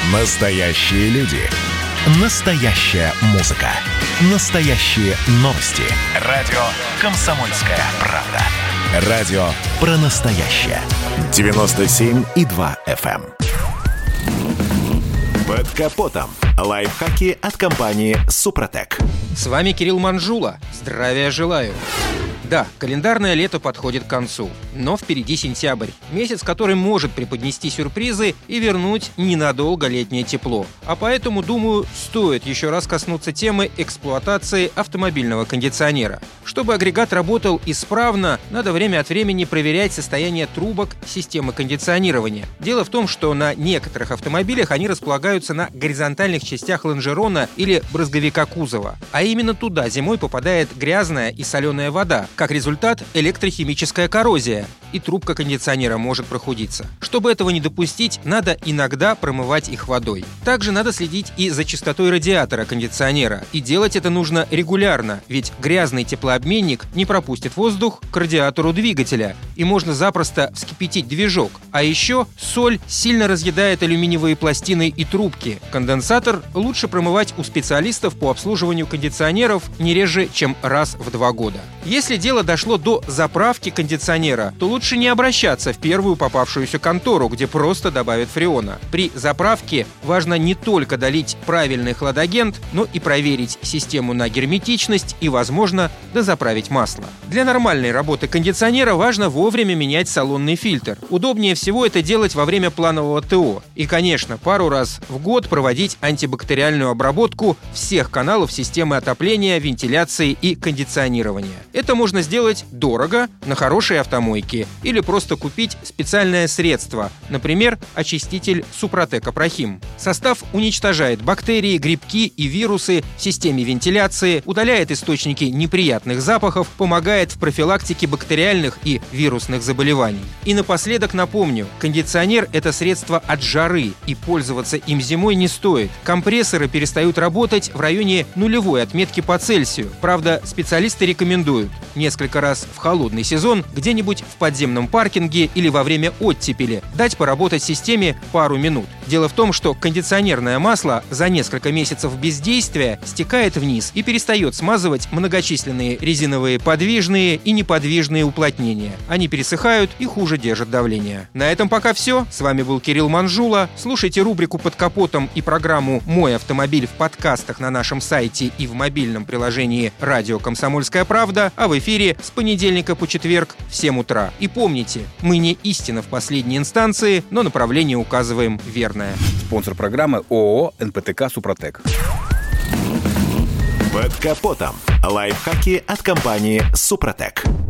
Настоящие люди. Настоящая музыка. Настоящие новости. Радио «Комсомольская правда». Радио про настоящее. 97,2 FM. Под капотом. Лайфхаки от компании «Супротек». С вами Кирилл Манжула. Здравия желаю. Да, календарное лето подходит к концу, но впереди сентябрь. Месяц, который может преподнести сюрпризы и вернуть ненадолго летнее тепло. А поэтому, думаю, стоит еще раз коснуться темы эксплуатации автомобильного кондиционера. Чтобы агрегат работал исправно, надо время от времени проверять состояние трубок системы кондиционирования. Дело в том, что на некоторых автомобилях они располагаются на горизонтальных частях лонжерона или брызговика кузова. А именно туда зимой попадает грязная и соленая вода. Как результат, электрохимическая коррозия, и трубка кондиционера может прохудиться. Чтобы этого не допустить, надо иногда промывать их водой. Также надо следить и за чистотой радиатора кондиционера. И делать это нужно регулярно, ведь грязный теплообменник не пропустит воздух к радиатору двигателя, и можно запросто вскипятить движок. А еще соль сильно разъедает алюминиевые пластины и трубки. Конденсатор лучше промывать у специалистов по обслуживанию кондиционеров не реже, чем раз в 2 года. Если дело дошло до заправки кондиционера, то лучше не обращаться в первую попавшуюся контору, где просто добавят фреона. При заправке важно не только долить правильный хладагент, но и проверить систему на герметичность и, возможно, дозаправить масло. Для нормальной работы кондиционера важно вовремя менять салонный фильтр. Удобнее всего это делать во время планового ТО. И, конечно, пару раз в год проводить антибактериальную обработку всех каналов системы отопления, вентиляции и кондиционирования. Это можно сделать дорого, на хорошей автомойке, или просто купить специальное средство, например, очиститель Супротек Апрахим. Состав уничтожает бактерии, грибки и вирусы в системе вентиляции, удаляет источники неприятных запахов, помогает в профилактике бактериальных и вирусных заболеваний. И напоследок напомню, кондиционер – это средство от жары, и пользоваться им зимой не стоит. Компрессоры перестают работать в районе нулевой отметки по Цельсию. Правда, специалисты рекомендуют несколько раз в холодный сезон где-нибудь в подземном паркинге или во время оттепели дать поработать системе пару минут. Дело в том, что кондиционерное масло за несколько месяцев бездействия стекает вниз и перестает смазывать многочисленные резиновые подвижные и неподвижные уплотнения. Они пересыхают и хуже держат давление. На этом пока все. С вами был Кирилл Манжула. Слушайте рубрику «Под капотом» и программу «Мой автомобиль» в подкастах на нашем сайте и в мобильном приложении «Радио Комсомольская правда», а в эфире с понедельника по четверг в 7 утра. И помните, мы не истина в последней инстанции, но направление указываем верное. Спонсор программы ООО «НПТК Супротек». Под капотом. Лайфхаки от компании «Супротек».